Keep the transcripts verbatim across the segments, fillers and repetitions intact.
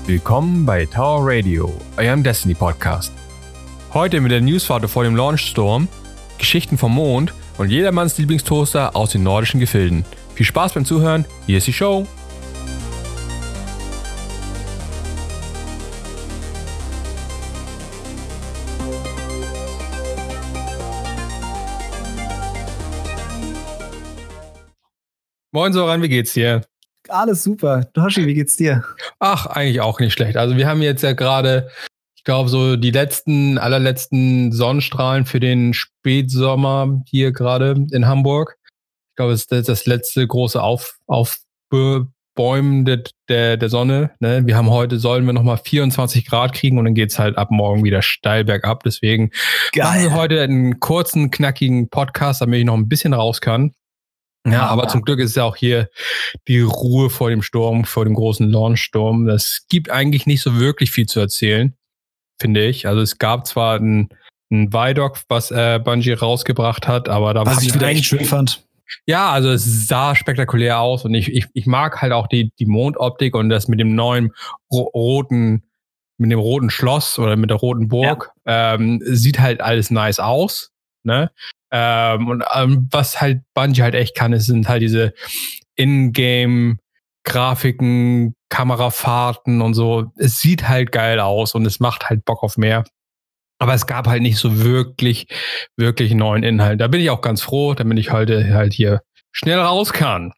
Willkommen bei Tower Radio, eurem Destiny-Podcast. Heute mit der Newsfahrt vor dem Launchstorm, Geschichten vom Mond und jedermanns Lieblingstoaster aus den nordischen Gefilden. Viel Spaß beim Zuhören, hier ist die Show. Moin Soran, wie geht's dir? Alles super. Toshi, wie geht's dir? Ach, eigentlich auch nicht schlecht. Also wir haben jetzt ja gerade, ich glaube, so die letzten, allerletzten Sonnenstrahlen für den Spätsommer hier gerade in Hamburg. Ich glaube, es ist das letzte große Auf, Aufbäumen der, der, der Sonne. Ne? Wir haben heute, sollen wir nochmal vierundzwanzig Grad kriegen und dann geht's halt ab morgen wieder steil bergab. Deswegen Geil. machen wir heute einen kurzen, knackigen Podcast, damit ich noch ein bisschen raus kann. Ja, aber zum Glück ist ja auch hier die Ruhe vor dem Sturm, vor dem großen Launchsturm. Es gibt eigentlich nicht so wirklich viel zu erzählen, finde ich. Also es gab zwar ein, ein Vidoc, was äh, Bungie rausgebracht hat, aber da was ich wieder echt schön fand. Ja, also es sah spektakulär aus und ich, ich, ich mag halt auch die, die Mondoptik und das mit dem neuen ro- roten, mit dem roten Schloss oder mit der roten Burg. Ja. Ähm, sieht halt alles nice aus, ne? Ähm, und ähm, was halt Bungie halt echt kann, ist, sind halt diese In-Game-Grafiken, Kamerafahrten und so. Es sieht halt geil aus und es macht halt Bock auf mehr. Aber es gab halt nicht so wirklich, wirklich neuen Inhalt. Da bin ich auch ganz froh, damit ich heute halt hier schnell raus kann.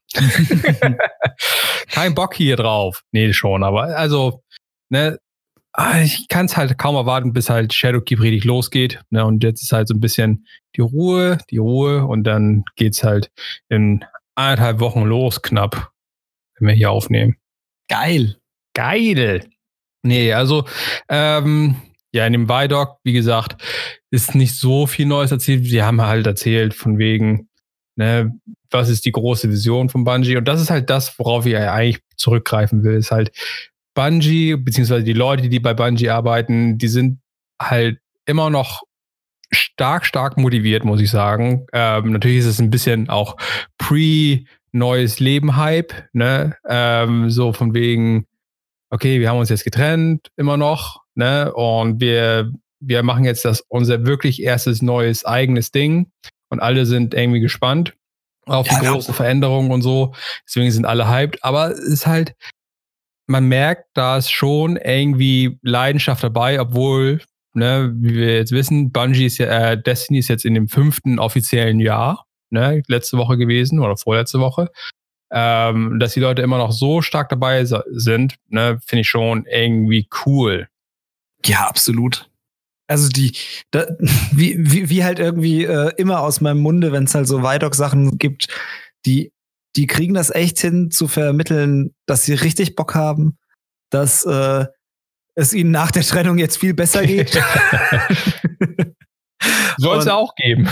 Kein Bock hier drauf. Nee, schon, aber also, ne, ich kann es halt kaum erwarten, bis halt Shadowkeep richtig losgeht. Ne? Und jetzt ist halt so ein bisschen die Ruhe, die Ruhe und dann geht's halt in eineinhalb Wochen los, knapp, wenn wir hier aufnehmen. Geil. Geil. Nee, also, ähm, ja, in dem Vidoc, wie gesagt, ist nicht so viel Neues erzählt. Sie haben halt erzählt von wegen, ne, was ist die große Vision von Bungie? Und das ist halt das, worauf ich eigentlich zurückgreifen will, ist halt Bungie, beziehungsweise die Leute, die bei Bungie arbeiten, die sind halt immer noch stark, stark motiviert, muss ich sagen. Ähm, natürlich ist es ein bisschen auch pre-neues Leben-Hype, ne? Ähm, so von wegen, okay, wir haben uns jetzt getrennt, immer noch, ne? Und wir, wir machen jetzt das unser wirklich erstes neues eigenes Ding und alle sind irgendwie gespannt auf die ja, großen ja. Veränderungen und so. Deswegen sind alle hyped, aber es ist halt, man merkt, da ist schon irgendwie Leidenschaft dabei, obwohl, ne, wie wir jetzt wissen, Bungie ist ja, äh, Destiny ist jetzt in dem fünften offiziellen Jahr, ne, letzte Woche gewesen oder vorletzte Woche. Ähm, dass die Leute immer noch so stark dabei sind, ne, finde ich schon irgendwie cool. Ja, absolut. Also die, da, wie, wie, wie halt irgendwie äh, immer aus meinem Munde, wenn es halt so Vidoc-Sachen gibt, die Die kriegen das echt hin, zu vermitteln, dass sie richtig Bock haben, dass äh, es ihnen nach der Trennung jetzt viel besser geht. Soll es ja auch geben.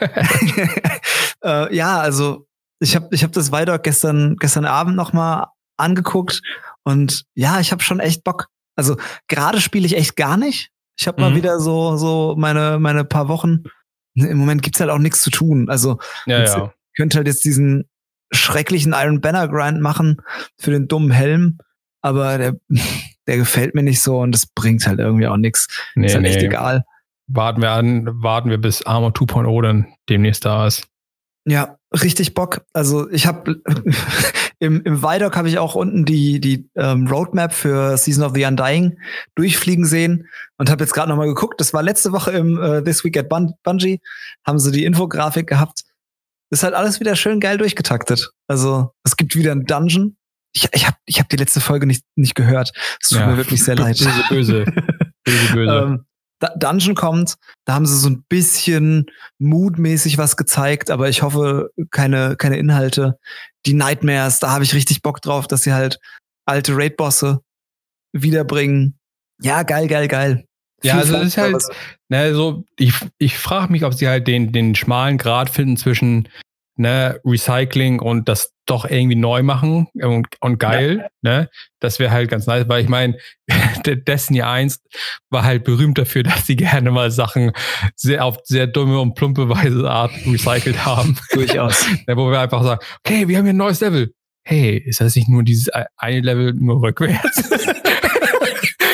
äh, ja, also ich habe ich hab das Vidoc gestern, gestern Abend noch mal angeguckt und ja, ich habe schon echt Bock. Also gerade spiele ich echt gar nicht. Ich habe mhm. mal wieder so so meine meine paar Wochen. Im Moment gibt's halt auch nichts zu tun. Also ja, ja. ihr könnt halt jetzt diesen schrecklichen Iron Banner Grind machen für den dummen Helm, aber der, der gefällt mir nicht so und das bringt halt irgendwie auch nichts. Nee, ist halt nee. echt egal. Warten wir an, warten wir bis Armor zwei Punkt null dann demnächst da ist. Ja, richtig Bock. Also ich habe im, im Vidoc habe ich auch unten die, die ähm, Roadmap für Season of the Undying durchfliegen sehen und habe jetzt gerade noch mal geguckt. Das war letzte Woche im äh, This Week at Bun- Bungie, haben sie die Infografik gehabt. Ist halt alles wieder schön geil durchgetaktet. Also es gibt wieder einen Dungeon. Ich, ich habe ich hab die letzte Folge nicht, nicht gehört. Es tut ja, mir wirklich sehr leid. Böse, böse. böse, böse. ähm, D- Dungeon kommt, da haben sie so ein bisschen moodmäßig was gezeigt, aber ich hoffe, keine, keine Inhalte. Die Nightmares, da habe ich richtig Bock drauf, dass sie halt alte Raid-Bosse wiederbringen. Ja, geil, geil, geil. Ja, also es ist halt, ne, so, ich, ich frage mich, ob sie halt den, den schmalen Grat finden zwischen, ne, Recycling und das doch irgendwie neu machen und, und geil, ja. ne, das wäre halt ganz nice, weil ich meine, Destiny eins war halt berühmt dafür, dass sie gerne mal Sachen sehr auf sehr dumme und plumpe Weise Art recycelt haben. Durchaus. ja, wo wir einfach sagen, okay, wir haben hier ein neues Level. Hey, ist das nicht nur dieses eine Level nur rückwärts?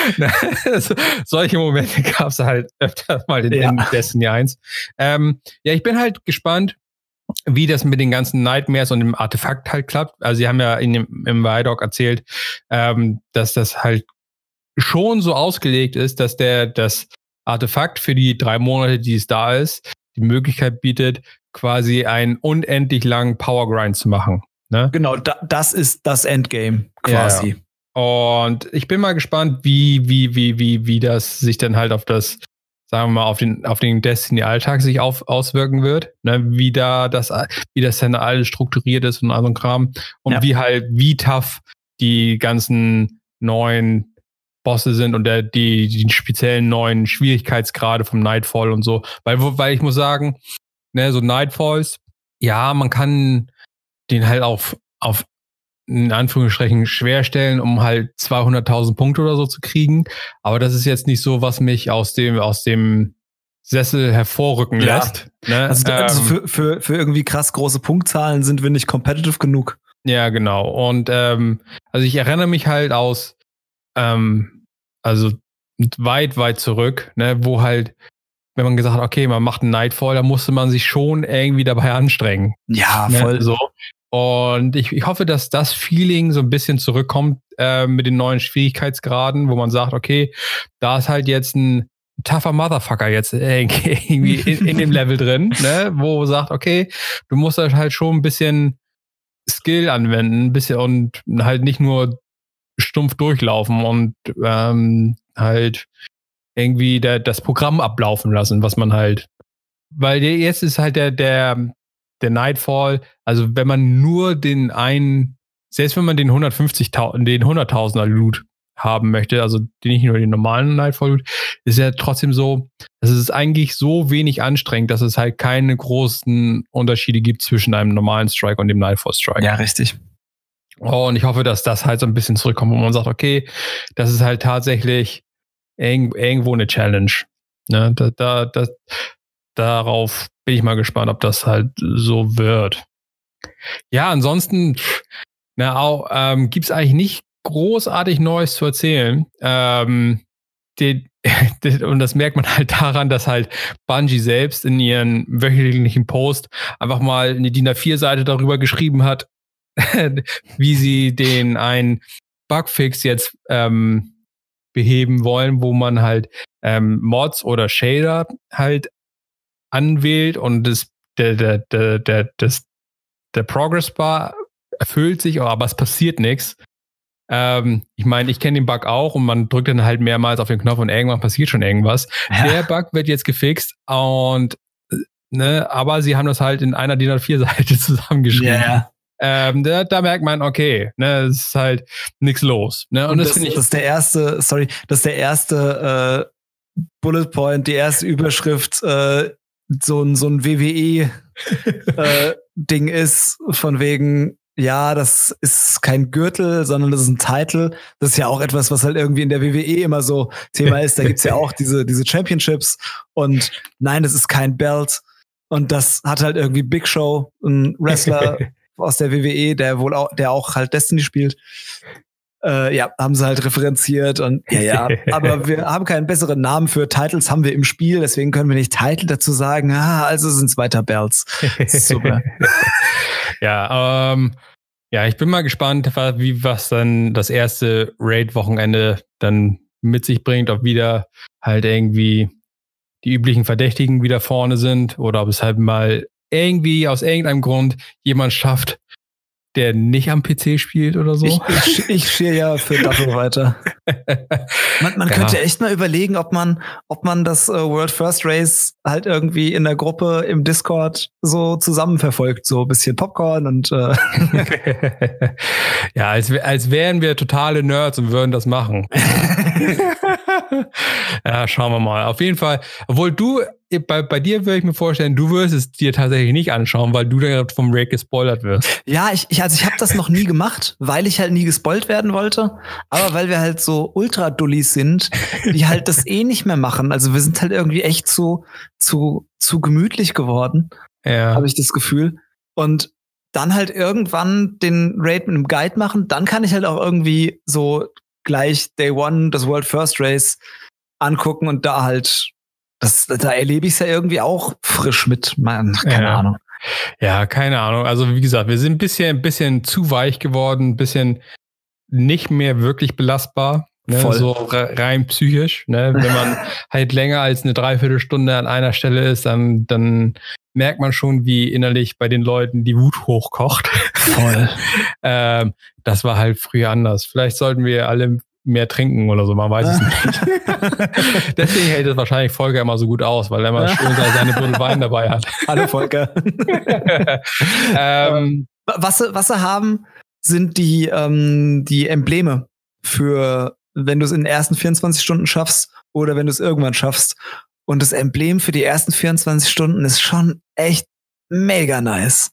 Solche Momente gab es halt öfter mal in, ja. in Destiny eins. Ähm, ja, ich bin halt gespannt, wie das mit den ganzen Nightmares und dem Artefakt halt klappt. Also sie haben ja in dem, im Vidoc erzählt, ähm, dass das halt schon so ausgelegt ist, dass der das Artefakt für die drei Monate, die es da ist, die Möglichkeit bietet, quasi einen unendlich langen Powergrind zu machen. Ne? Genau, da, das ist das Endgame quasi. Ja. Und ich bin mal gespannt, wie, wie, wie, wie, wie das sich dann halt auf das, sagen wir mal, auf den, auf den Destiny-Alltag sich auf, auswirken wird. Ne? Wie da das, wie das dann alles strukturiert ist und all so ein Kram. Und ja. wie halt, wie tough die ganzen neuen Bosse sind und der, die, die speziellen neuen Schwierigkeitsgrade vom Nightfall und so. Weil, weil ich muss sagen, ne, so Nightfalls, ja, man kann den halt auf, auf in Anführungsstrichen schwer stellen, um halt zweihunderttausend Punkte oder so zu kriegen. Aber das ist jetzt nicht so, was mich aus dem, aus dem Sessel hervorrücken ja. lässt. Ne? Also, also ähm, für, für, für irgendwie krass große Punktzahlen sind wir nicht competitive genug. Ja, genau. Und ähm, also ich erinnere mich halt aus ähm, also weit, weit zurück, ne, wo halt, wenn man gesagt hat, okay, man macht einen Nightfall, da musste man sich schon irgendwie dabei anstrengen. Ja, voll. Ne, so. Und ich, ich hoffe, dass das Feeling so ein bisschen zurückkommt äh, mit den neuen Schwierigkeitsgraden, wo man sagt, okay, da ist halt jetzt ein tougher Motherfucker jetzt irgendwie in, in dem Level drin, ne, wo sagt, okay, du musst halt schon ein bisschen Skill anwenden, ein bisschen und halt nicht nur stumpf durchlaufen und ähm, halt irgendwie der, das Programm ablaufen lassen, was man halt, weil jetzt ist halt der, der, der Nightfall, also wenn man nur den einen, selbst wenn man den hundertfünfzigtausend, den hunderttausender Loot haben möchte, also nicht nur den normalen Nightfall Loot, ist ja trotzdem so, dass es eigentlich so wenig anstrengend, dass es halt keine großen Unterschiede gibt zwischen einem normalen Strike und dem Nightfall Strike. Ja, richtig. Oh, und ich hoffe, dass das halt so ein bisschen zurückkommt, wo man sagt, okay, das ist halt tatsächlich irgendwo eine Challenge. Ne? Da, da, da, darauf bin ich mal gespannt, ob das halt so wird. Ja, ansonsten na, auch, ähm, gibt es eigentlich nicht großartig Neues zu erzählen. Ähm, die, die, und das merkt man halt daran, dass halt Bungie selbst in ihren wöchentlichen Post einfach mal eine D I N A vier Seite darüber geschrieben hat, wie sie den einen Bugfix jetzt ähm, beheben wollen, wo man halt ähm, Mods oder Shader halt anwählt und das, der, der, der, der, das, der Progress Bar erfüllt sich, aber es passiert nichts. Ähm, ich meine, ich kenne den Bug auch und man drückt dann halt mehrmals auf den Knopf und irgendwann passiert schon irgendwas. Ja. Der Bug wird jetzt gefixt und ne, aber sie haben das halt in einer D I N A vier Seite zusammengeschrieben. Yeah. Ähm, da, da merkt man, okay, ne, es ist halt nichts los. Ne? Und, und das, das finde ich. Das ist der erste, sorry, das ist der erste äh, Bullet Point, die erste Überschrift, äh, so ein, so ein W W E-Ding äh, ist, von wegen, ja, das ist kein Gürtel, sondern das ist ein Title. Das ist ja auch etwas, was halt irgendwie in der W W E immer so Thema ist. Da gibt's ja auch diese, diese Championships. Und nein, das ist kein Belt. Und das hat halt irgendwie Big Show, ein Wrestler aus der W W E, der wohl auch, der auch halt Destiny spielt. Äh, ja, haben sie halt referenziert und ja, ja. Aber wir haben keinen besseren Namen für Titles, haben wir im Spiel, deswegen können wir nicht Title dazu sagen. Ah, also sind's weiter Belts. Super. Ja, ähm, ja, ich bin mal gespannt, wie was dann das erste Raid-Wochenende dann mit sich bringt, ob wieder halt irgendwie die üblichen Verdächtigen wieder vorne sind oder ob es halt mal irgendwie aus irgendeinem Grund jemand schafft, der nicht am P C spielt oder so. Ich, ich, ich schier ja für Duffel weiter. Man, man ja. könnte echt mal überlegen, ob man, ob man das äh, World First Race halt irgendwie in der Gruppe im Discord so zusammen verfolgt. So ein bisschen Popcorn und äh ja, als, als wären wir totale Nerds und würden das machen. Ja, schauen wir mal. Auf jeden Fall, obwohl du, bei, bei dir würde ich mir vorstellen, du wirst es dir tatsächlich nicht anschauen, weil du dann vom Raid gespoilert wirst. Ja, ich, ich also ich habe das noch nie gemacht, weil ich halt nie gespoilt werden wollte, aber weil wir halt so Ultra-Dullis sind, die halt das eh nicht mehr machen. Also wir sind halt irgendwie echt zu, zu, zu gemütlich geworden, ja. Habe ich das Gefühl. Und dann halt irgendwann den Raid mit einem Guide machen, dann kann ich halt auch irgendwie so gleich Day One das World First Race angucken und da halt, das, da erlebe ich es ja irgendwie auch frisch mit. Man, keine ja. Ahnung. Ja, keine Ahnung. Also wie gesagt, wir sind ein bisschen, ein bisschen zu weich geworden, ein bisschen nicht mehr wirklich belastbar. Ne? Voll. So rein psychisch. Ne? Wenn man halt länger als eine Dreiviertelstunde an einer Stelle ist, dann, dann merkt man schon, wie innerlich bei den Leuten die Wut hochkocht. Voll. ähm, das war halt früher anders. Vielleicht sollten wir alle mehr trinken oder so, man weiß es nicht. Deswegen hält es wahrscheinlich Volker immer so gut aus, weil er immer schön seine Buddel Wein dabei hat. Hallo Volker. ähm, was, sie, was sie haben, sind die, ähm, die Embleme für, wenn du es in den ersten vierundzwanzig Stunden schaffst oder wenn du es irgendwann schaffst. Und das Emblem für die ersten vierundzwanzig Stunden ist schon echt mega nice.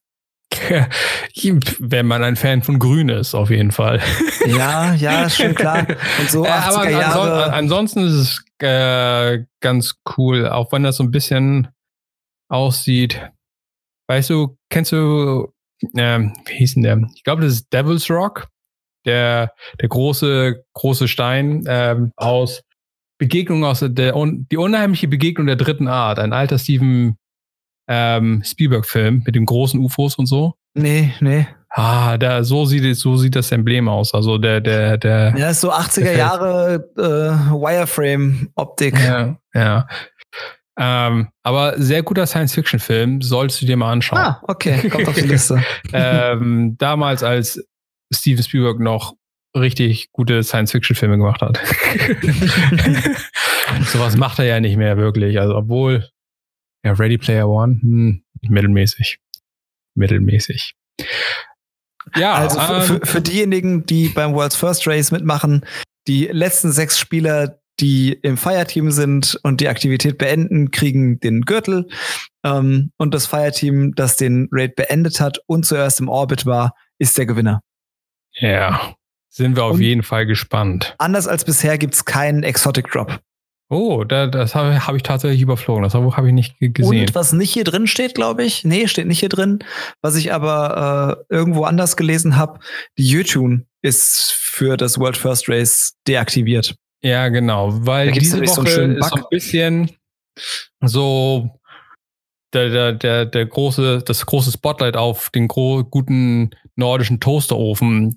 Wenn man ein Fan von Grün ist, auf jeden Fall. Ja, ja, ist schon klar. Und so achtziger Aber Jahre. Ansonsten ist es äh, ganz cool, auch wenn das so ein bisschen aussieht. Weißt du, kennst du, äh, wie hieß denn der? Ich glaube, das ist Devil's Rock, der, der große, große Stein äh, aus Begegnung aus der, die unheimliche Begegnung der dritten Art, ein alter Steven ähm, Spielberg-Film mit den großen U F Os und so. Nee, nee. Ah, da, so sieht so sieht das Emblem aus. Also der, der, der. Ja, ist so achtziger Jahre äh, Wireframe-Optik. Ja, ja. Ähm, aber sehr guter Science-Fiction-Film, solltest du dir mal anschauen. Ah, okay, kommt auf die Liste. ähm, damals, als Steven Spielberg noch richtig gute Science-Fiction-Filme gemacht hat. Sowas macht er ja nicht mehr wirklich. Also obwohl, ja, Ready Player One, hm, mittelmäßig. Mittelmäßig. Ja, also für, ähm, für, für diejenigen, die beim World's First Race mitmachen, die letzten sechs Spieler, die im Fireteam sind und die Aktivität beenden, kriegen den Gürtel. Ähm, und das Fireteam, das den Raid beendet hat und zuerst im Orbit war, ist der Gewinner. Ja, sind wir auf und jeden Fall gespannt. Anders als bisher gibt's keinen Exotic Drop. Oh, da, das habe hab ich tatsächlich überflogen. Das habe hab ich nicht gesehen. Und was nicht hier drin steht, glaube ich, nee, steht nicht hier drin, was ich aber äh, irgendwo anders gelesen habe, die Yotun ist für das World First Race deaktiviert. Ja, genau, weil diese Woche so ist so ein bisschen so der, der, der, der große, das große Spotlight auf den gro- guten nordischen Toasterofen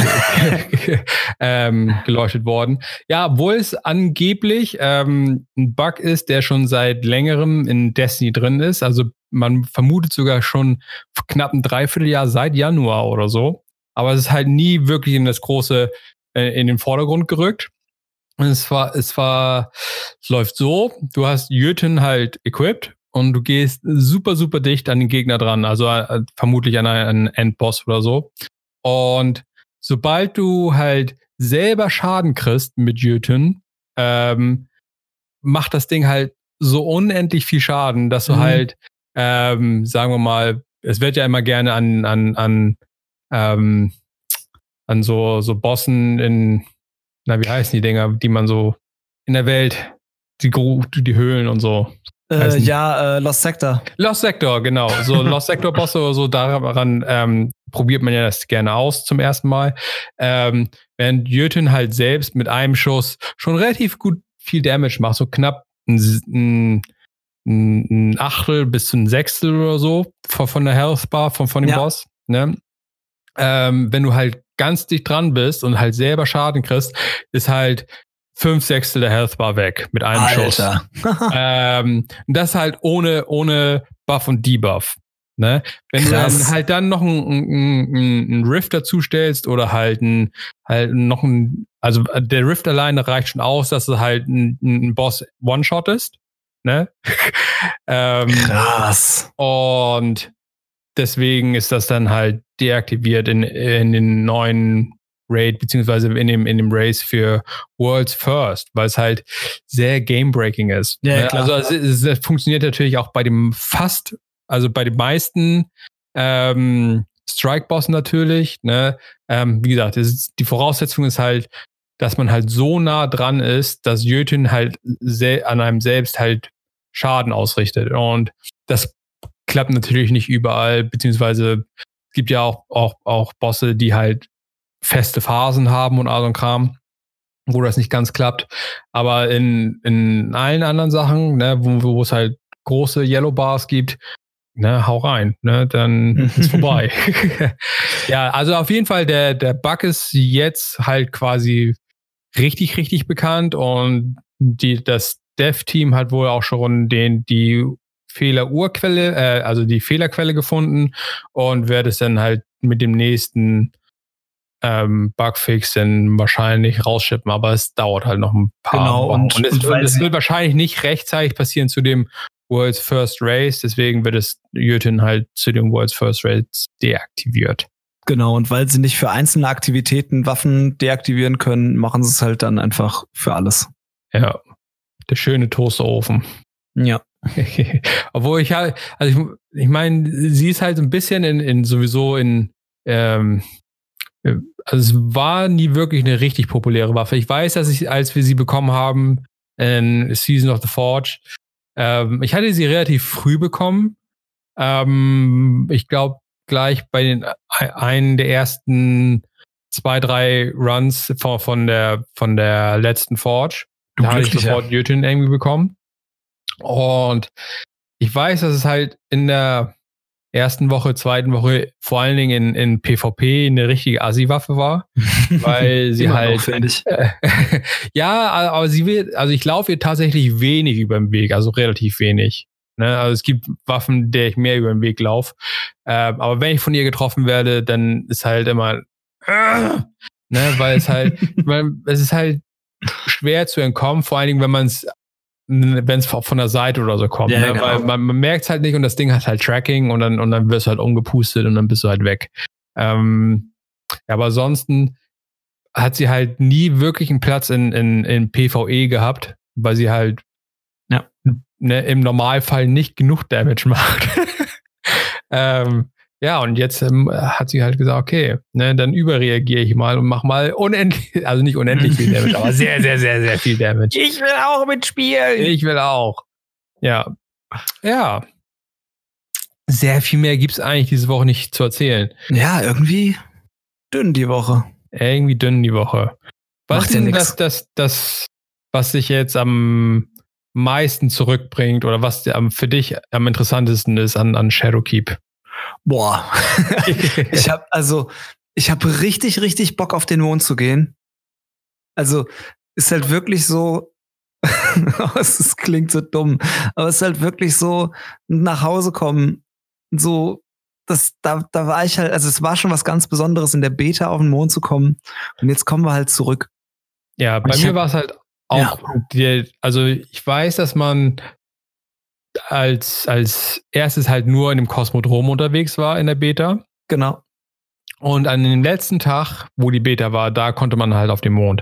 ge- ähm, geleuchtet worden. Ja, obwohl es angeblich ähm, ein Bug ist, der schon seit längerem in Destiny drin ist. Also man vermutet sogar schon knapp ein Dreivierteljahr seit Januar oder so. Aber es ist halt nie wirklich in das große, äh, in den Vordergrund gerückt. Und es war, es war, es läuft so, du hast Jötun halt equipped und du gehst super, super dicht an den Gegner dran, also äh, vermutlich an einen Endboss oder so. Und sobald du halt selber Schaden kriegst mit Jötun, ähm, macht das Ding halt so unendlich viel Schaden, dass du mhm. halt, ähm, sagen wir mal, es wird ja immer gerne an, an, an, ähm, an so, so Bossen in, na, wie heißen die Dinger, die man so in der Welt, die, die Höhlen und so. Äh, ja, äh, Lost Sector. Lost Sector, genau. So Lost Sector Bosse oder so, daran ähm, probiert man ja das gerne aus zum ersten Mal. Ähm, während Jötun halt selbst mit einem Schuss schon relativ gut viel Damage macht, so knapp ein, ein, ein Achtel bis zu ein Sechstel oder so von, von der Health Bar, von, von dem ja. Boss. Ne? Ähm, wenn du halt ganz dicht dran bist und halt selber Schaden kriegst, ist halt fünf Sechstel der Health Bar weg mit einem Alter. Schuss. ähm, das halt ohne, ohne Buff und Debuff. Ne? Wenn Krass. du dann halt dann noch einen ein, ein Rift dazu stellst oder halt ein, halt noch ein, also der Rift alleine reicht schon aus, dass du halt ein, ein Boss One-Shot ist. Ne? ähm, Krass. Und deswegen ist das dann halt deaktiviert in, in den neuen Raid, beziehungsweise in dem, in dem Race für World's First, weil es halt sehr game-breaking ist. Ja, ne? klar. Also es, es funktioniert natürlich auch bei dem fast, also bei den meisten ähm, Strike-Bossen natürlich. Ne? Ähm, wie gesagt, ist, die Voraussetzung ist halt, dass man halt so nah dran ist, dass Jötun halt se- an einem selbst halt Schaden ausrichtet. Und das klappt natürlich nicht überall, beziehungsweise es gibt ja auch, auch, auch Bosse, die halt feste Phasen haben und all so ein Kram. wo das nicht ganz klappt. Aber in, in allen anderen Sachen, ne, wo, wo es halt große Yellow Bars gibt, ne, hau rein, ne, dann ist vorbei. Ja, also auf jeden Fall, der, der Bug ist jetzt halt quasi richtig, richtig bekannt und die, das Dev-Team hat wohl auch schon den, die Fehlerurquelle, äh, also die Fehlerquelle gefunden und wird es dann halt mit dem nächsten ähm, Bugfix dann wahrscheinlich rausschippen, aber es dauert halt noch ein paar Genau, Wochen. und, Und es, und und es wird wahrscheinlich nicht rechtzeitig passieren zu dem World's First Race, deswegen wird es Jötun halt zu dem World's First Race deaktiviert. Genau, und weil sie nicht für einzelne Aktivitäten Waffen deaktivieren können, machen sie es halt dann einfach für alles. Ja, der schöne Toasterofen. Ja. Obwohl ich halt, also ich, ich meine, sie ist halt ein bisschen in, in sowieso in, ähm, also es war nie wirklich eine richtig populäre Waffe. Ich weiß, dass ich, als wir sie bekommen haben in Season of the Forge, ähm, ich hatte sie relativ früh bekommen. Ähm, ich glaube, gleich bei den einen der ersten zwei, drei Runs von, von der von der letzten Forge. Du da habe ich sofort Jötun irgendwie bekommen. Und ich weiß, dass es halt in der ersten Woche, zweiten Woche vor allen Dingen in, in PvP eine richtige Assi-Waffe war, weil sie halt äh, ja, aber sie wird, also ich laufe ihr tatsächlich wenig über den Weg, also relativ wenig. Ne? Also es gibt Waffen, der ich mehr über den Weg laufe, äh, aber wenn ich von ihr getroffen werde, dann ist halt immer äh, ne, weil es halt, weil es ist halt schwer zu entkommen, vor allen Dingen, wenn man es wenn es von der Seite oder so kommt, ja, ne? Genau. Weil man, man merkt es halt nicht und das Ding hat halt Tracking und dann, und dann wirst du halt umgepustet und dann bist du halt weg. Ähm, ja, aber ansonsten hat sie halt nie wirklich einen Platz in, in, in PvE gehabt, weil sie halt ja. ne, im Normalfall nicht genug Damage macht. ähm, ja, und jetzt ähm, hat sie halt gesagt, okay, ne, dann überreagiere ich mal und mach mal unendlich, also nicht unendlich viel Damage, aber sehr, sehr, sehr, sehr viel Damage. Ich will auch mitspielen. Ich will auch. Ja. Ja. Sehr viel mehr gibt's eigentlich diese Woche nicht zu erzählen. Ja, irgendwie dünn die Woche. Irgendwie dünn die Woche. Was Macht ist ja denn nix. das, das, das, was dich jetzt am meisten zurückbringt oder was am, für dich am interessantesten ist an, an Shadowkeep? Boah. ich habe also, ich habe richtig, richtig Bock auf den Mond zu gehen. Also, ist halt wirklich so, es ist, klingt so dumm, aber es ist halt wirklich so, nach Hause kommen, so, das, da, da war ich halt, also es war schon was ganz Besonderes, in der Beta auf den Mond zu kommen und jetzt kommen wir halt zurück. Ja, bei mir war es halt auch, ja. die, also ich weiß, dass man als, als erstes halt nur in dem Kosmodrom unterwegs war in der Beta. Genau. Und an dem letzten Tag, wo die Beta war, da konnte man halt auf den Mond.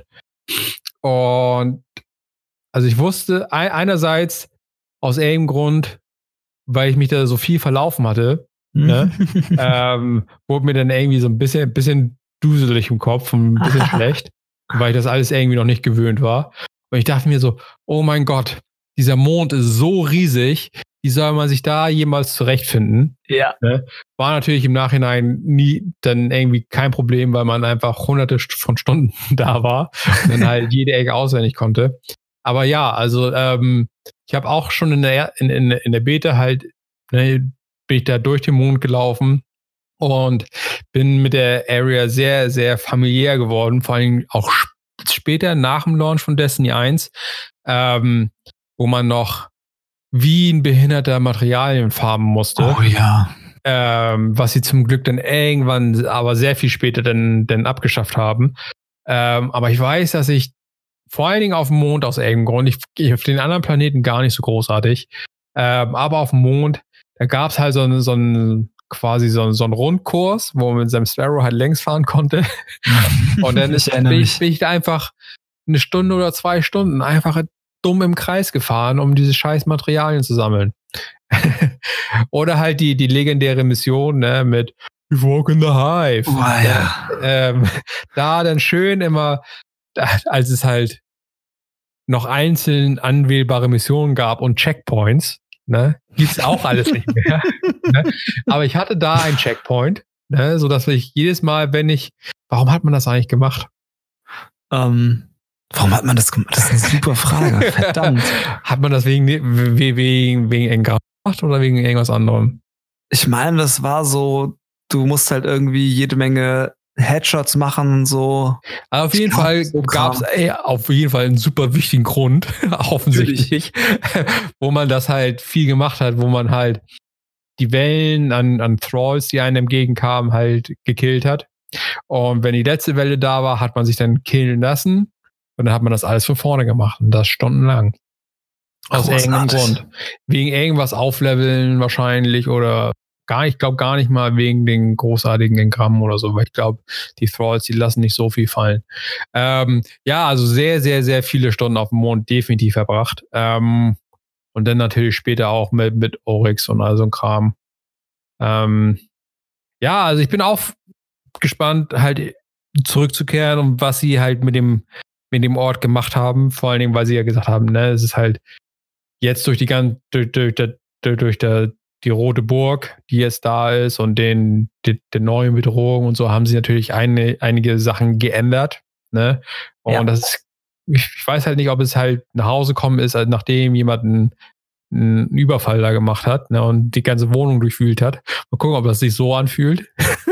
Und also ich wusste einerseits aus irgendeinem Grund, weil ich mich da so viel verlaufen hatte, ne, ähm, wurde mir dann irgendwie so ein bisschen, bisschen duselig im Kopf und ein bisschen schlecht, weil ich das alles irgendwie noch nicht gewöhnt war. Und ich dachte mir so, oh mein Gott, dieser Mond ist so riesig, wie soll man sich da jemals zurechtfinden? Ja. Ne? War natürlich im Nachhinein nie dann irgendwie kein Problem, weil man einfach hunderte von Stunden da war und dann halt jede Ecke auswendig konnte. Aber ja, also ähm, ich habe auch schon in der, in, in, in der Beta halt, ne, bin ich da durch den Mond gelaufen und bin mit der Area sehr, sehr familiär geworden, vor allem auch später nach dem Launch von Destiny eins, ähm, wo man noch wie ein behinderter Materialien farben musste. Oh ja. Ähm, was sie zum Glück dann irgendwann, aber sehr viel später dann, dann abgeschafft haben. Ähm, aber ich weiß, dass ich vor allen Dingen auf dem Mond aus irgendeinem Grund, ich, ich auf den anderen Planeten gar nicht so großartig, ähm, aber auf dem Mond, da gab es halt so einen, so einen quasi so, so einen Rundkurs, wo man mit seinem Sparrow halt längs fahren konnte. Und dann ist, bin, ich, bin ich da einfach eine Stunde oder zwei Stunden einfach dumm im Kreis gefahren, um diese scheiß Materialien zu sammeln. Oder halt die, die legendäre Mission, ne, mit You Walk in the Hive. Oh, ja. ähm, da dann schön immer, als es halt noch einzeln anwählbare Missionen gab und Checkpoints, ne, gibt's auch alles nicht mehr. Ne? Aber ich hatte da einen Checkpoint, ne, sodass ich jedes Mal, wenn ich, warum hat man das eigentlich gemacht? Ähm, Warum hat man das gemacht? Das ist eine super Frage. Verdammt. Hat man das wegen, wegen, wegen Engram gemacht oder wegen irgendwas anderem? Ich meine, das war so, du musst halt irgendwie jede Menge Headshots machen und so. Aber auf jeden glaub, Fall so gab es auf jeden Fall einen super wichtigen Grund, offensichtlich, wo man das halt viel gemacht hat, wo man halt die Wellen an, an Thralls, die einem entgegenkamen, halt gekillt hat. Und wenn die letzte Welle da war, hat man sich dann killen lassen und dann hat man das alles von vorne gemacht und das stundenlang. Aus irgendeinem Grund. Wegen irgendwas aufleveln wahrscheinlich oder gar, ich glaube gar nicht mal wegen den großartigen Engrammen oder so, weil ich glaube, die Thralls, die lassen nicht so viel fallen. Ähm, ja, also sehr, sehr, sehr viele Stunden auf dem Mond definitiv verbracht. Ähm, und dann natürlich später auch mit, mit Oryx und all so ein Kram. Ähm, ja, also ich bin auch gespannt, halt zurückzukehren und was sie halt mit dem, mit dem Ort gemacht haben. Vor allen Dingen, weil sie ja gesagt haben, ne, es ist halt jetzt durch die ganze, durch, durch, durch, durch der, die Rote Burg, die jetzt da ist und den, die, die neuen Bedrohungen und so, haben sie natürlich eine, einige Sachen geändert. Ne? Und ja. das ist, ich, ich weiß halt nicht, ob es halt nach Hause kommen ist, also nachdem jemand einen, einen Überfall da gemacht hat, ne, und die ganze Wohnung durchwühlt hat. Mal gucken, ob das sich so anfühlt.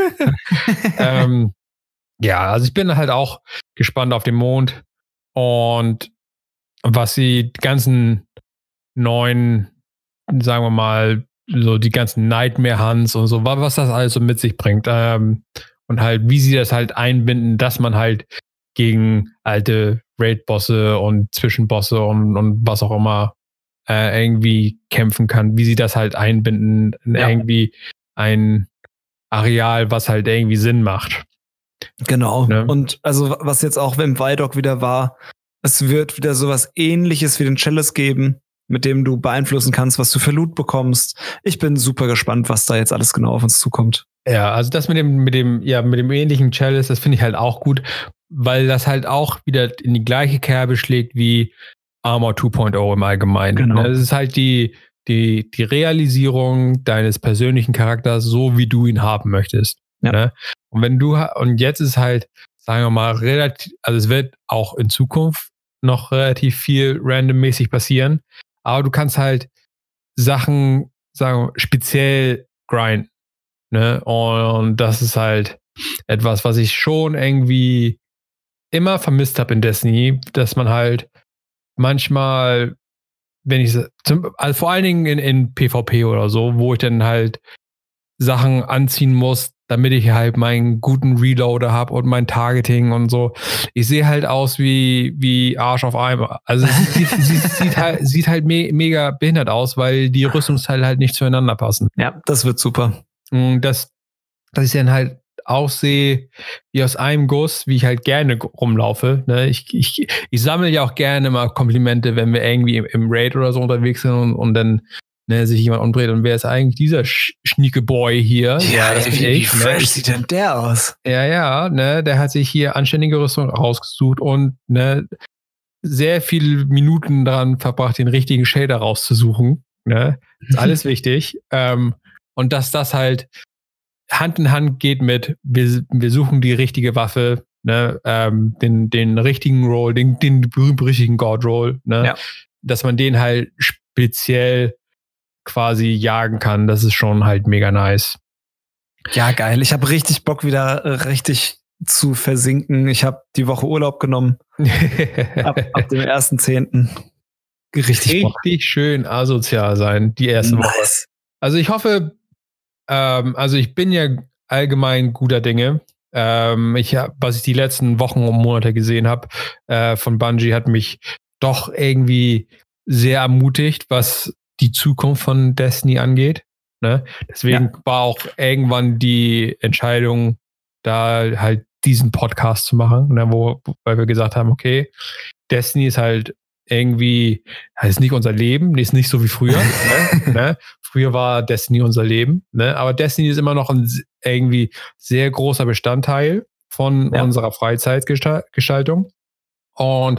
ähm, ja, also ich bin halt auch gespannt auf den Mond und was sie die ganzen neuen, sagen wir mal, so die ganzen Nightmare Hunts und so, was das alles so mit sich bringt. Ähm, und halt, wie sie das halt einbinden, dass man halt gegen alte Raid-Bosse und Zwischenbosse und, und was auch immer äh, irgendwie kämpfen kann, wie sie das halt einbinden in ja. irgendwie ein Areal, was halt irgendwie Sinn macht. Genau. Ne? Und also, was jetzt auch im Vidoc wieder war, es wird wieder sowas Ähnliches wie den Chalice geben, mit dem du beeinflussen kannst, was du für Loot bekommst. Ich bin super gespannt, was da jetzt alles genau auf uns zukommt. Ja, also das mit dem, mit dem, ja, mit dem ähnlichen Chalice, das finde ich halt auch gut, weil das halt auch wieder in die gleiche Kerbe schlägt wie Armor zwei Punkt null im Allgemeinen. Genau. Das ist halt die, die, die Realisierung deines persönlichen Charakters, so wie du ihn haben möchtest. Ja. Ne? Und wenn du, und jetzt ist halt, sagen wir mal, relativ, also es wird auch in Zukunft noch relativ viel randommäßig passieren, aber du kannst halt Sachen, sagen wir, speziell grinden. Ne? Und das ist halt etwas, was ich schon irgendwie immer vermisst habe in Destiny, dass man halt manchmal, wenn ich, zum, also vor allen Dingen in, in PvP oder so, wo ich dann halt Sachen anziehen muss, damit ich halt meinen guten Reloader habe und mein Targeting und so. Ich sehe halt aus wie, wie Arsch auf Eimer. Also es sieht, sieht, sieht halt, sieht halt me- mega behindert aus, weil die Rüstungsteile halt nicht zueinander passen. Ja, das wird super. Und das, dass ich dann halt aussehe wie aus einem Guss, wie ich halt gerne rumlaufe. Ne? Ich, ich, ich sammle ja auch gerne mal Komplimente, wenn wir irgendwie im, im Raid oder so unterwegs sind und, und dann ne, sich jemand umdreht und wer ist eigentlich dieser Sch- schnieke Boy hier? Ja, das wie, ich, wie fresh ne? sieht denn der aus? Ja, ja, ne, der hat sich hier anständige Rüstung rausgesucht und ne, sehr viele Minuten daran verbracht, den richtigen Shader rauszusuchen. Ne? Ist alles wichtig. Ähm, und dass das halt Hand in Hand geht mit, wir, wir suchen die richtige Waffe, ne, ähm, den, den richtigen Roll, den, den berühmt-berüchtigten God-Roll, ne, ja. dass man den halt speziell quasi jagen kann, das ist schon halt mega nice. Ja, geil. Ich habe richtig Bock, wieder äh, richtig zu versinken. Ich habe die Woche Urlaub genommen. ab, ab dem ersten zehnten Richtig, richtig schön asozial sein, die erste nice. Woche. Also ich hoffe, ähm, also ich bin ja allgemein guter Dinge. Ähm, ich hab, was ich die letzten Wochen und Monate gesehen habe äh, von Bungie, hat mich doch irgendwie sehr ermutigt, was die Zukunft von Destiny angeht. Ne? Deswegen ja. war auch irgendwann die Entscheidung, da halt diesen Podcast zu machen, ne? wo, weil wir gesagt haben, okay, Destiny ist halt irgendwie, das ist nicht unser Leben, ist nicht so wie früher. ne? Ne? Früher war Destiny unser Leben, ne? Aber Destiny ist immer noch ein irgendwie sehr großer Bestandteil von ja. unserer Freizeitgestaltung. Und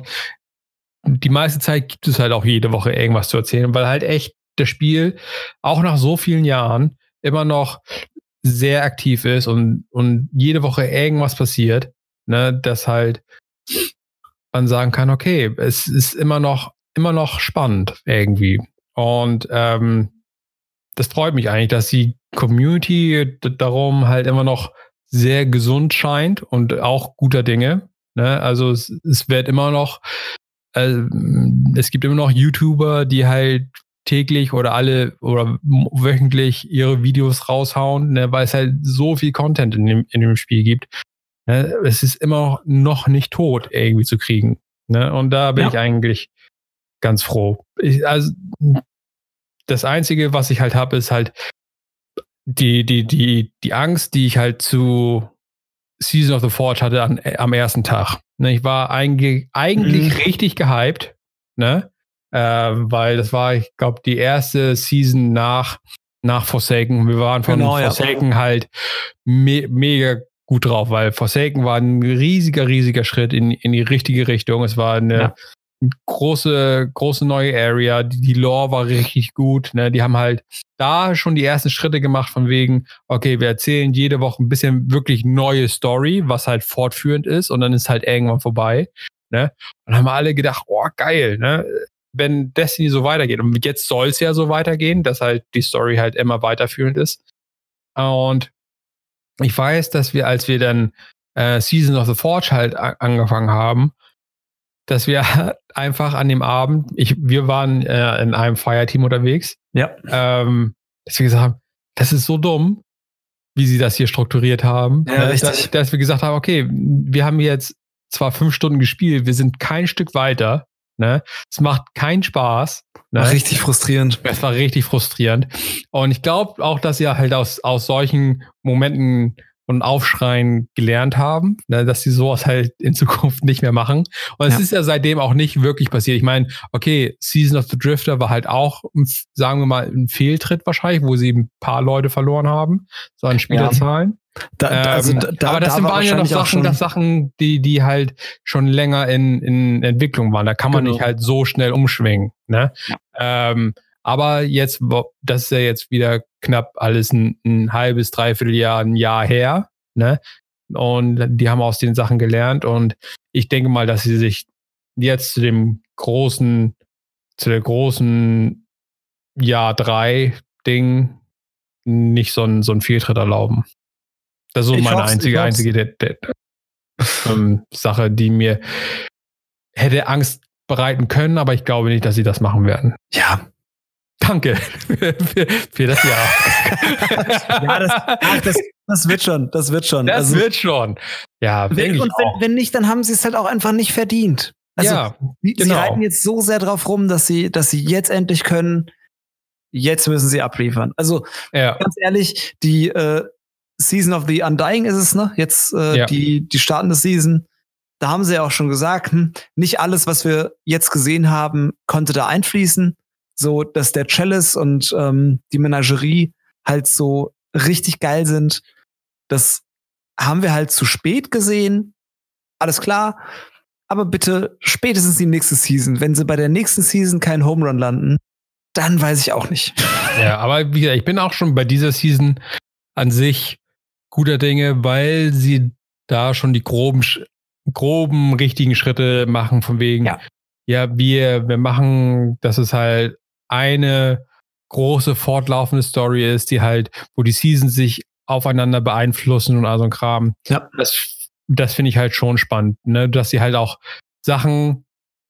die meiste Zeit gibt es halt auch jede Woche irgendwas zu erzählen, weil halt echt das Spiel auch nach so vielen Jahren immer noch sehr aktiv ist und, und jede Woche irgendwas passiert, ne, dass halt man sagen kann, okay, es ist immer noch, immer noch spannend irgendwie. Und ähm, das freut mich eigentlich, dass die Community d- darum halt immer noch sehr gesund scheint und auch guter Dinge. Ne? Also es, es wird immer noch, äh, es gibt immer noch YouTuber, die halt täglich oder alle oder wöchentlich ihre Videos raushauen, ne? Weil es halt so viel Content in dem, in dem Spiel gibt. Ne? Es ist immer noch nicht tot irgendwie zu kriegen. Ne? Und da bin Ja. ich eigentlich ganz froh. Ich, also das Einzige, was ich halt habe, ist halt die, die, die, die Angst, die ich halt zu Season of the Forge hatte an, am ersten Tag. Ne, ich war eigentlich, eigentlich Mhm. richtig gehypt, ne? Äh, weil das war, ich glaube, die erste Season nach, nach Forsaken. Wir waren von Genau, ja. Forsaken halt me mega gut drauf, weil Forsaken war ein riesiger, riesiger Schritt in, in die richtige Richtung. Es war eine Ja. große, große neue Area. Die, die Lore war richtig gut. Ne? Die haben halt da schon die ersten Schritte gemacht von wegen, okay, wir erzählen jede Woche ein bisschen wirklich neue Story, was halt fortführend ist und dann ist halt irgendwann vorbei. Ne? Und dann haben wir alle gedacht, oh, geil, ne? Wenn Destiny so weitergeht. Und jetzt soll es ja so weitergehen, dass halt die Story halt immer weiterführend ist. Und ich weiß, dass wir, als wir dann äh, Season of the Forge halt a- angefangen haben, dass wir einfach an dem Abend, ich, wir waren äh, in einem Fireteam unterwegs, Ja. ähm, dass wir gesagt haben, das ist so dumm, wie sie das hier strukturiert haben. Ja, ne? richtig. Dass, dass wir gesagt haben, okay, wir haben jetzt zwar fünf Stunden gespielt, wir sind kein Stück weiter. Ne? Es macht keinen Spaß. Ne? War richtig frustrierend. Es war richtig frustrierend. Und ich glaube auch, dass sie halt aus, aus solchen Momenten und Aufschreien gelernt haben, ne, dass sie sowas halt in Zukunft nicht mehr machen. Und es Ja. ist ja seitdem auch nicht wirklich passiert. Ich meine, okay, Season of the Drifter war halt auch, sagen wir mal, ein Fehltritt wahrscheinlich, wo sie ein paar Leute verloren haben, so an Spielerzahlen. Da, da, also Ähm, da, da, aber das da sind, war waren ja noch wahrscheinlich auch Sachen, schon- das Sachen, die, die halt schon länger in, in Entwicklung waren. Da kann man Genau. nicht halt so schnell umschwingen. Ne? Ja. Ähm, aber jetzt, wo- das ist ja jetzt wieder knapp alles ein, ein halbes, dreiviertel Jahr, ein Jahr her. Ne? Und die haben aus den Sachen gelernt. Und ich denke mal, dass sie sich jetzt zu dem großen, zu der großen Jahr drei Ding nicht so einen, so einen Fehltritt erlauben. Das ist so Ich meine hoff's, ich einzige, hoff's. einzige der, der, ähm, Sache, die mir hätte Angst bereiten können, aber ich glaube nicht, dass sie das machen werden. Ja. Danke für, für, für das Jahr. Ja, das, ach, das, das wird schon, das wird schon. Das also, wird schon. Ja, denke wenn, ich und auch. wenn, wenn nicht, dann haben sie es halt auch einfach nicht verdient. Also, ja, sie, genau. sie reiten jetzt so sehr drauf rum, dass sie, dass sie jetzt endlich können. Jetzt müssen sie abliefern. Also, ja. ganz ehrlich, die äh, Season of the Undying ist es, ne? Jetzt äh, Ja. die, die startende Season. Da haben sie ja auch schon gesagt, hm, nicht alles, was wir jetzt gesehen haben, konnte da einfließen. So, dass der Chalice und ähm, die Menagerie halt so richtig geil sind. Das haben wir halt zu spät gesehen. Alles klar. Aber bitte spätestens die nächste Season. Wenn sie bei der nächsten Season keinen Home Run landen, dann weiß ich auch nicht. Ja, aber wie gesagt, ich bin auch schon bei dieser Season an sich guter Dinge, weil sie da schon die groben, groben richtigen Schritte machen, von wegen, Ja. ja, wir, wir machen, dass es halt eine große fortlaufende Story ist, die halt, wo die Seasons sich aufeinander beeinflussen und all so ein Kram. Ja. Das, das finde ich halt schon spannend, ne? Dass sie halt auch Sachen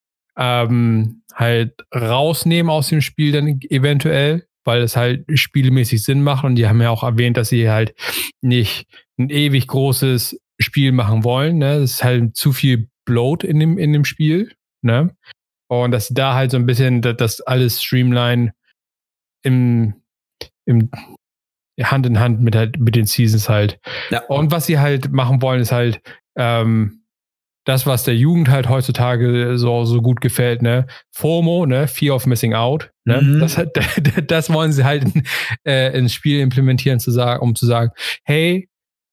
ähm, halt rausnehmen aus dem Spiel dann eventuell, weil es halt spielmäßig Sinn macht. Und die haben ja auch erwähnt, dass sie halt nicht ein ewig großes Spiel machen wollen. Ne? Das ist halt zu viel Bloat in dem, in dem Spiel. Ne? Und dass sie da halt so ein bisschen das, das alles streamline im, im Hand in Hand mit, halt, mit den Seasons halt. Ja. Und was sie halt machen wollen, ist halt ähm, das, was der Jugend halt heutzutage so, so gut gefällt, ne? FOMO, ne? Fear of Missing Out. Ne? Mhm. Das, das wollen sie halt in, äh, ins Spiel implementieren, zu sagen, um zu sagen, hey,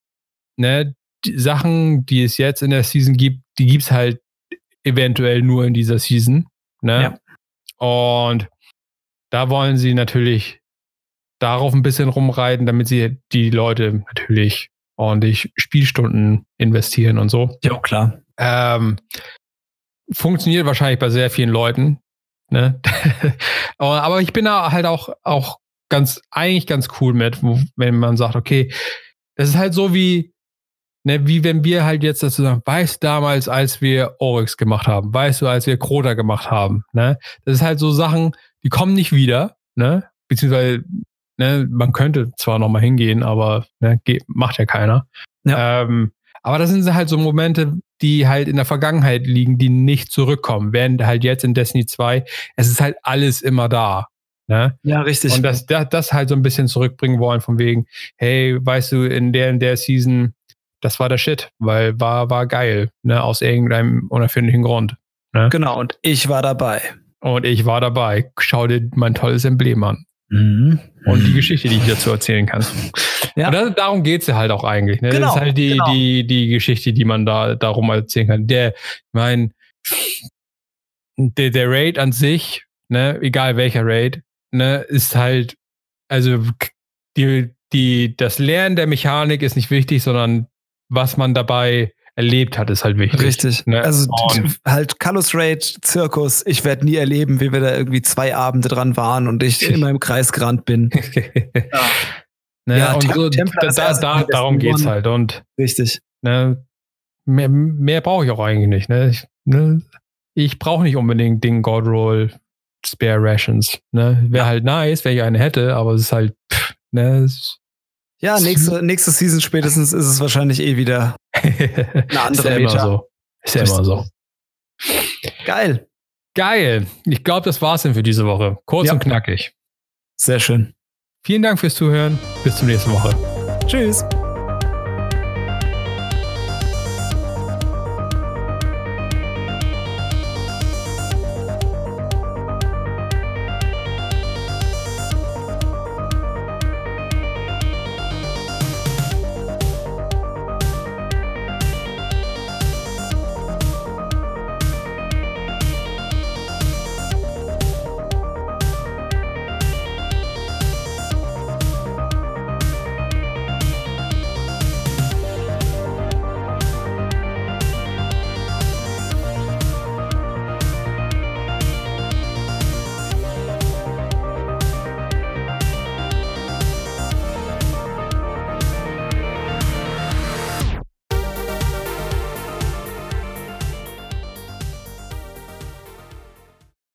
ne, die Sachen, die es jetzt in der Season gibt, die gibt's halt eventuell nur in dieser Season. Ne? Ja. Und da wollen sie natürlich darauf ein bisschen rumreiten, damit sie die Leute natürlich ordentlich Spielstunden investieren und so. Ja, klar. Ähm, funktioniert wahrscheinlich bei sehr vielen Leuten. Ne? Aber ich bin da halt auch, auch ganz, eigentlich ganz cool mit, wo, wenn man sagt, okay, das ist halt so wie, ne, wie wenn wir halt jetzt dazu sagen, weißt du damals, als wir Oryx gemacht haben, weißt du, als wir Crota gemacht haben, ne? Das ist halt so Sachen, die kommen nicht wieder, ne? Beziehungsweise, ne, man könnte zwar noch mal hingehen, aber ne, geht, macht ja keiner. Ja. Ähm, aber das sind halt so Momente, die halt in der Vergangenheit liegen, die nicht zurückkommen. Während halt jetzt in Destiny zwei, es ist halt alles immer da. Ne? Ja, richtig. Und das, das, das halt so ein bisschen zurückbringen wollen, von wegen, hey, weißt du, in der in der Season, das war der Shit, weil war, war geil, ne, aus irgendeinem unerfindlichen Grund. Ne? Genau, und ich war dabei. Und ich war dabei. Schau dir mein tolles Emblem an. Mhm. Und die Geschichte, die ich dazu erzählen kann. Ja. Und das, darum geht es ja halt auch eigentlich. Ne? Genau, das ist halt die, genau. die, die Geschichte, die man da darum erzählen kann. Der, mein, der, der Raid an sich, ne, egal welcher Raid, ne, ist halt, also die, die, das Lernen der Mechanik ist nicht wichtig, sondern was man dabei erlebt hat, ist halt wichtig. Richtig. Ne? Also und halt Kalos Raid, Zirkus, ich werde nie erleben, wie wir da irgendwie zwei Abende dran waren und ich immer im Kreis gerannt bin. ja. Ne? Ja, und Tem- so, Templar da, da, da, darum geht's halt. Und richtig. Ne, mehr mehr brauche ich auch eigentlich nicht. Ne? Ich, ne? ich brauche nicht unbedingt den Godroll Spare Rations. Ne? Wäre ja. halt nice, wenn ich eine hätte, aber es ist halt, pff, ne, es ja, nächste, nächste Season spätestens ist es wahrscheinlich eh wieder eine andere ist ja immer so. Ist ja immer so. Geil. Geil. Ich glaube, das war's denn für diese Woche. Kurz ja. und knackig. Sehr schön. Vielen Dank fürs Zuhören. Bis zum nächsten Woche. Tschüss.